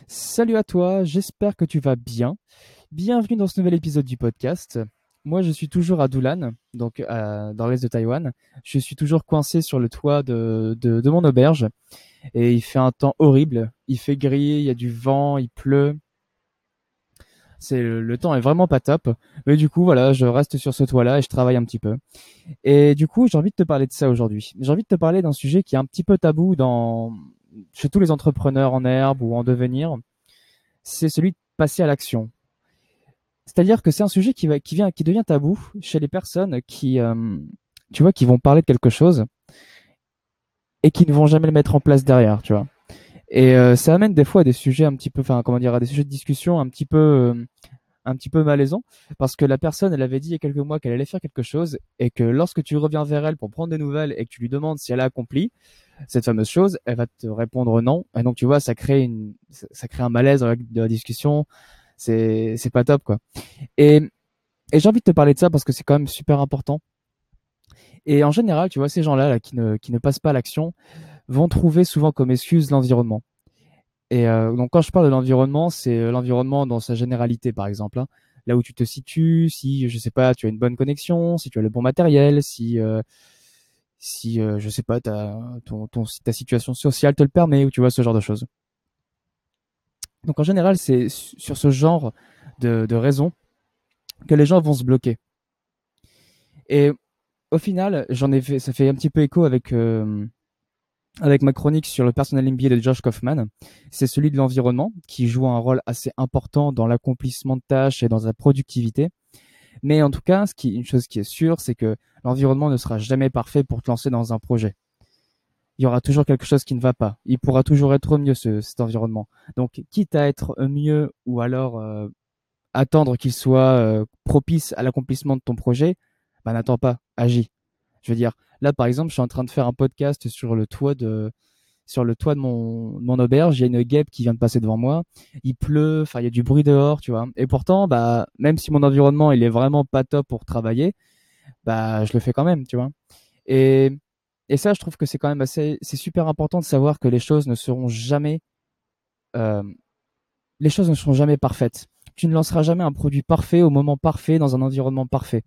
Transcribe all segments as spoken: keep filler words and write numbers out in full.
Salut à toi, j'espère que tu vas bien. Bienvenue dans ce nouvel épisode du podcast. Moi, je suis toujours à Doulan, donc euh, dans l'est de Taïwan. Je suis toujours coincé sur le toit de, de, de mon auberge et il fait un temps horrible. Il fait gris, il y a du vent, il pleut. C'est le, le temps est vraiment pas top. Mais du coup, voilà, je reste sur ce toit-là et je travaille un petit peu. Et du coup, j'ai envie de te parler de ça aujourd'hui. J'ai envie de te parler d'un sujet qui est un petit peu tabou dans chez tous les entrepreneurs en herbe ou en devenir. C'est celui de passer à l'action. C'est-à-dire que c'est un sujet qui va, qui vient, qui devient tabou chez les personnes qui, euh, tu vois, qui vont parler de quelque chose et qui ne vont jamais le mettre en place derrière, tu vois. Et euh, ça amène des fois à des sujets un petit peu, enfin, comment dire, à des sujets de discussion un petit peu, euh, un petit peu malaisants, parce que la personne, elle avait dit il y a quelques mois qu'elle allait faire quelque chose et que lorsque tu reviens vers elle pour prendre des nouvelles et que tu lui demandes si elle a accompli cette fameuse chose, elle va te répondre non. Et donc, tu vois, ça crée une, ça ça crée un malaise dans la, dans la discussion. C'est, c'est pas top, quoi. Et Et j'ai envie de te parler de ça parce que c'est quand même super important. Et en général, tu vois, ces gens-là là, qui, ne, qui ne passent pas à l'action vont trouver souvent comme excuse l'environnement. Et euh, donc quand je parle de l'environnement, c'est euh, l'environnement dans sa généralité, par exemple, hein. Là où tu te situes, si, je sais pas, tu as une bonne connexion, si tu as le bon matériel, si, euh, si euh, je sais pas, t'as, ton, ton, si ta situation sociale te le permet, ou tu vois, ce genre de choses. Donc en général, c'est sur ce genre de, de raisons que les gens vont se bloquer. Et au final, j'en ai fait, ça fait un petit peu écho avec, euh, avec ma chronique sur le Personal M B A de Josh Kaufman. C'est celui de l'environnement qui joue un rôle assez important dans l'accomplissement de tâches et dans la productivité. Mais en tout cas, ce qui, une chose qui est sûre, c'est que l'environnement ne sera jamais parfait pour te lancer dans un projet. Il y aura toujours quelque chose qui ne va pas. Il pourra toujours être mieux, ce, cet environnement. Donc, quitte à être mieux ou alors euh, attendre qu'il soit euh, propice à l'accomplissement de ton projet, bah, n'attends pas, agis. Je veux dire, là, par exemple, je suis en train de faire un podcast sur le toit de, sur le toit de mon, de mon auberge. Il y a une guêpe qui vient de passer devant moi. Il pleut, enfin, il y a du bruit dehors, tu vois. Et pourtant, bah, même si mon environnement, il est vraiment pas top pour travailler, bah, je le fais quand même, tu vois. Et, et ça, je trouve que c'est quand même assez, c'est super important de savoir que les choses ne seront jamais, euh, les choses ne seront jamais parfaites. Tu ne lanceras jamais un produit parfait au moment parfait dans un environnement parfait.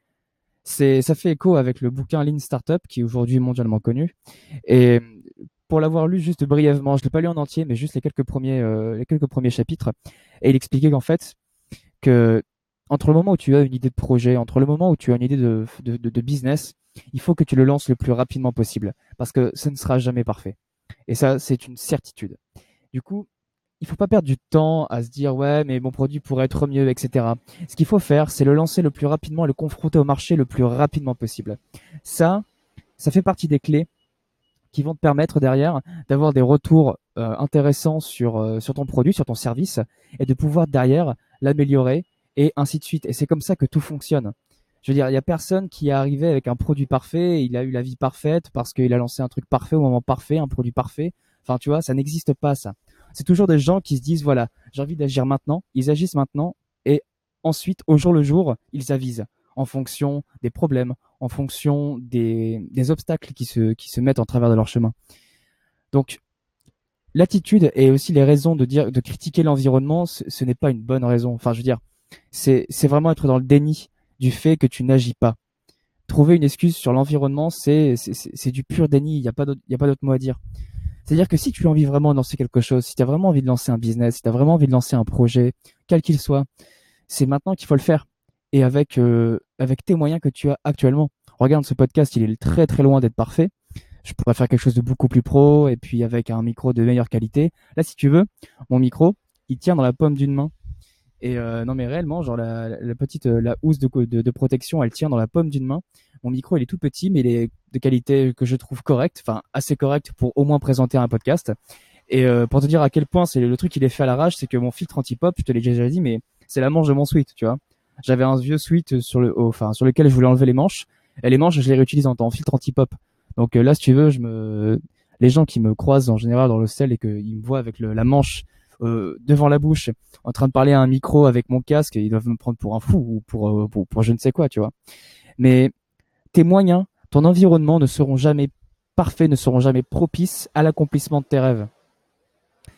C'est, ça fait écho avec le bouquin Lean Startup qui est aujourd'hui mondialement connu. Et pour l'avoir lu juste brièvement, je l'ai pas lu en entier, mais juste les quelques premiers, euh, les quelques premiers chapitres, et il expliquait qu'en fait, que entre le moment où tu as une idée de projet, entre le moment où tu as une idée de, de, de, de business, il faut que tu le lances le plus rapidement possible, parce que ce ne sera jamais parfait. Et ça, c'est une certitude. Du coup, il faut pas perdre du temps à se dire ouais, mais mon produit pourrait être mieux, et cetera. Ce qu'il faut faire, c'est le lancer le plus rapidement, le confronter au marché le plus rapidement possible. Ça, ça fait partie des clés qui vont te permettre derrière d'avoir des retours euh, intéressants sur, euh, sur ton produit, sur ton service, et de pouvoir derrière l'améliorer, et ainsi de suite. Et c'est comme ça que tout fonctionne. Je veux dire, il n'y a personne qui est arrivé avec un produit parfait, et il a eu la vie parfaite parce qu'il a lancé un truc parfait au moment parfait, un produit parfait. Enfin, tu vois, ça n'existe pas, ça. C'est toujours des gens qui se disent, voilà, j'ai envie d'agir maintenant, ils agissent maintenant, et ensuite, au jour le jour, ils avisent en fonction des problèmes, en fonction des, des obstacles qui se, qui se mettent en travers de leur chemin. Donc, l'attitude et aussi les raisons de dire, de critiquer l'environnement, ce, ce n'est pas une bonne raison. Enfin, je veux dire, c'est, c'est vraiment être dans le déni du fait que tu n'agis pas. Trouver une excuse sur l'environnement, c'est, c'est, c'est c'est du pur déni. Il n'y a pas d'autre, il y a pas d'autre mot à dire. C'est-à-dire que si tu as envie vraiment de lancer quelque chose, si tu as vraiment envie de lancer un business, si tu as vraiment envie de lancer un projet, quel qu'il soit, c'est maintenant qu'il faut le faire. Et avec, euh, avec tes moyens que tu as actuellement. Regarde, ce podcast, il est très très loin d'être parfait. Je pourrais faire quelque chose de beaucoup plus pro et puis avec un micro de meilleure qualité. Là, si tu veux, mon micro, il tient dans la paume d'une main. Et euh, non, mais réellement, genre la, la petite euh, la housse de, de, de protection, elle tient dans la paume d'une main. Mon micro, il est tout petit, mais il est de qualité que je trouve correcte, enfin assez correcte pour au moins présenter un podcast. Et euh, pour te dire à quel point c'est le truc, il est fait à l'arrache, c'est que mon filtre anti-pop, je te l'ai déjà dit, mais c'est la manche de mon sweat, tu vois. J'avais un vieux sweat sur le, oh, enfin sur lequel je voulais enlever les manches, et les manches, je les réutilise en, en filtre anti-pop. Donc euh, là, si tu veux, je me, les gens qui me croisent en général dans le sel et qu'ils me voient avec le, la manche euh, devant la bouche, en train de parler à un micro avec mon casque, ils doivent me prendre pour un fou ou pour, euh, pour, pour je ne sais quoi, tu vois. Mais tes moyens, ton environnement ne seront jamais parfaits, ne seront jamais propices à l'accomplissement de tes rêves.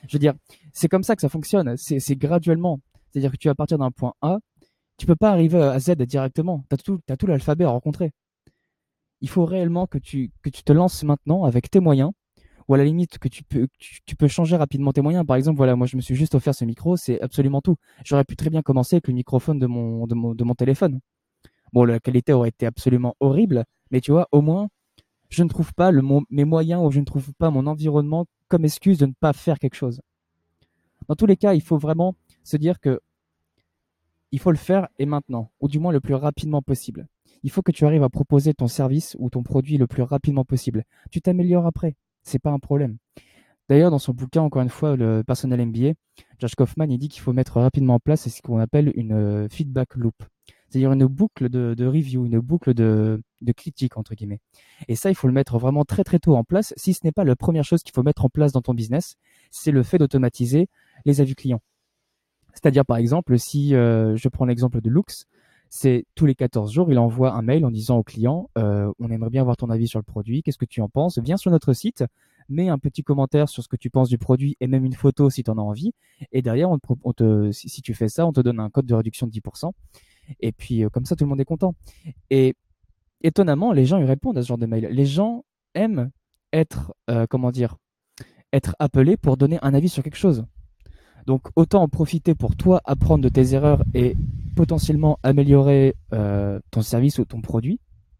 Je veux dire, c'est comme ça que ça fonctionne. C'est, c'est graduellement. C'est-à-dire que tu vas partir d'un point A, tu peux pas arriver à Z directement. Tu as tout, t'as tout l'alphabet à rencontrer. Il faut réellement que tu, que tu te lances maintenant avec tes moyens, ou à la limite que tu peux, tu, tu peux changer rapidement tes moyens. Par exemple, voilà, moi je me suis juste offert ce micro, c'est absolument tout. J'aurais pu très bien commencer avec le microphone de mon, de mon, de mon téléphone. Bon, la qualité aurait été absolument horrible, mais tu vois, au moins, je ne trouve pas le, mon, mes moyens ou je ne trouve pas mon environnement comme excuse de ne pas faire quelque chose. Dans tous les cas, il faut vraiment se dire que il faut le faire et maintenant, ou du moins le plus rapidement possible. Il faut que tu arrives à proposer ton service ou ton produit le plus rapidement possible. Tu t'améliores après, c'est pas un problème. D'ailleurs, dans son bouquin, encore une fois, le Personnel M B A, Josh Kaufman, il dit qu'il faut mettre rapidement en place ce qu'on appelle une euh, feedback loop. C'est-à-dire une boucle de, de review, une boucle de, de critique, entre guillemets. Et ça, il faut le mettre vraiment très très tôt en place. Si ce n'est pas la première chose qu'il faut mettre en place dans ton business, c'est le fait d'automatiser les avis clients. C'est-à-dire, par exemple, si euh, je prends l'exemple de Lux, c'est tous les quatorze jours, il envoie un mail en disant au client euh, on aimerait bien avoir ton avis sur le produit, qu'est-ce que tu en penses? Viens sur notre site, mets un petit commentaire sur ce que tu penses du produit et même une photo si tu en as envie. Et derrière, on te, on te, si, si tu fais ça, on te donne un code de réduction de dix pour cent. Et puis, euh, comme ça, tout le monde est content. Et étonnamment, les gens, ils répondent à ce genre de mail. Les gens aiment être, euh, comment dire, être appelés pour donner un avis sur quelque chose. Donc autant en profiter pour toi apprendre de tes erreurs et potentiellement améliorer euh, ton service ou ton produit.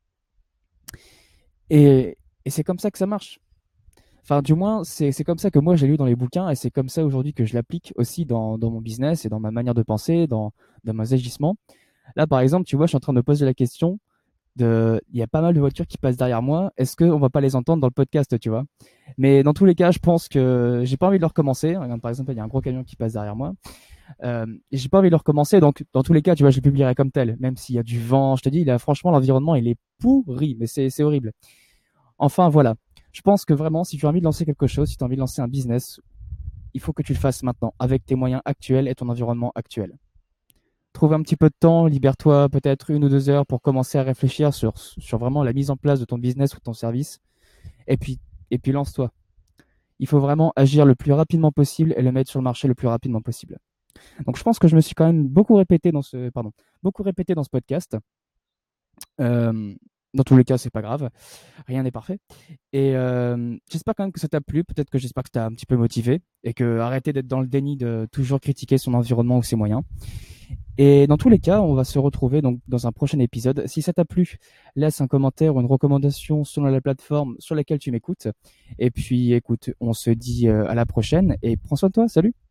Et, et c'est comme ça que ça marche. Enfin, du moins, c'est, c'est comme ça que moi j'ai lu dans les bouquins et c'est comme ça aujourd'hui que je l'applique aussi dans, dans mon business et dans ma manière de penser, dans, dans mes agissements. Là, par exemple, tu vois, je suis en train de me poser la question de, il y a pas mal de voitures qui passent derrière moi. Est-ce qu'on va pas les entendre dans le podcast, tu vois? Mais dans tous les cas, je pense que j'ai pas envie de le recommencer. Regarde, par exemple, il y a un gros camion qui passe derrière moi. Euh, et j'ai pas envie de le recommencer, donc dans tous les cas, tu vois, je le publierai comme tel, même s'il y a du vent. Je te dis, là, franchement, l'environnement, il est pourri, mais c'est, c'est horrible. Enfin, voilà. Je pense que vraiment, si tu as envie de lancer quelque chose, si tu as envie de lancer un business, il faut que tu le fasses maintenant, avec tes moyens actuels et ton environnement actuel. Trouve un petit peu de temps, libère-toi peut-être une ou deux heures pour commencer à réfléchir sur, sur vraiment la mise en place de ton business ou ton service, et puis, et puis lance-toi. Il faut vraiment agir le plus rapidement possible et le mettre sur le marché le plus rapidement possible. Donc je pense que je me suis quand même beaucoup répété dans ce, pardon, beaucoup répété dans ce podcast. Euh, dans tous les cas, c'est pas grave, rien n'est parfait. Et euh, j'espère quand même que ça t'a plu. Peut-être que j'espère que ça t'a un petit peu motivé et que arrêtez d'être dans le déni de toujours critiquer son environnement ou ses moyens. Et dans tous les cas, on va se retrouver donc dans un prochain épisode. Si ça t'a plu, laisse un commentaire ou une recommandation selon la plateforme sur laquelle tu m'écoutes. Et puis, écoute, on se dit à la prochaine et prends soin de toi. Salut!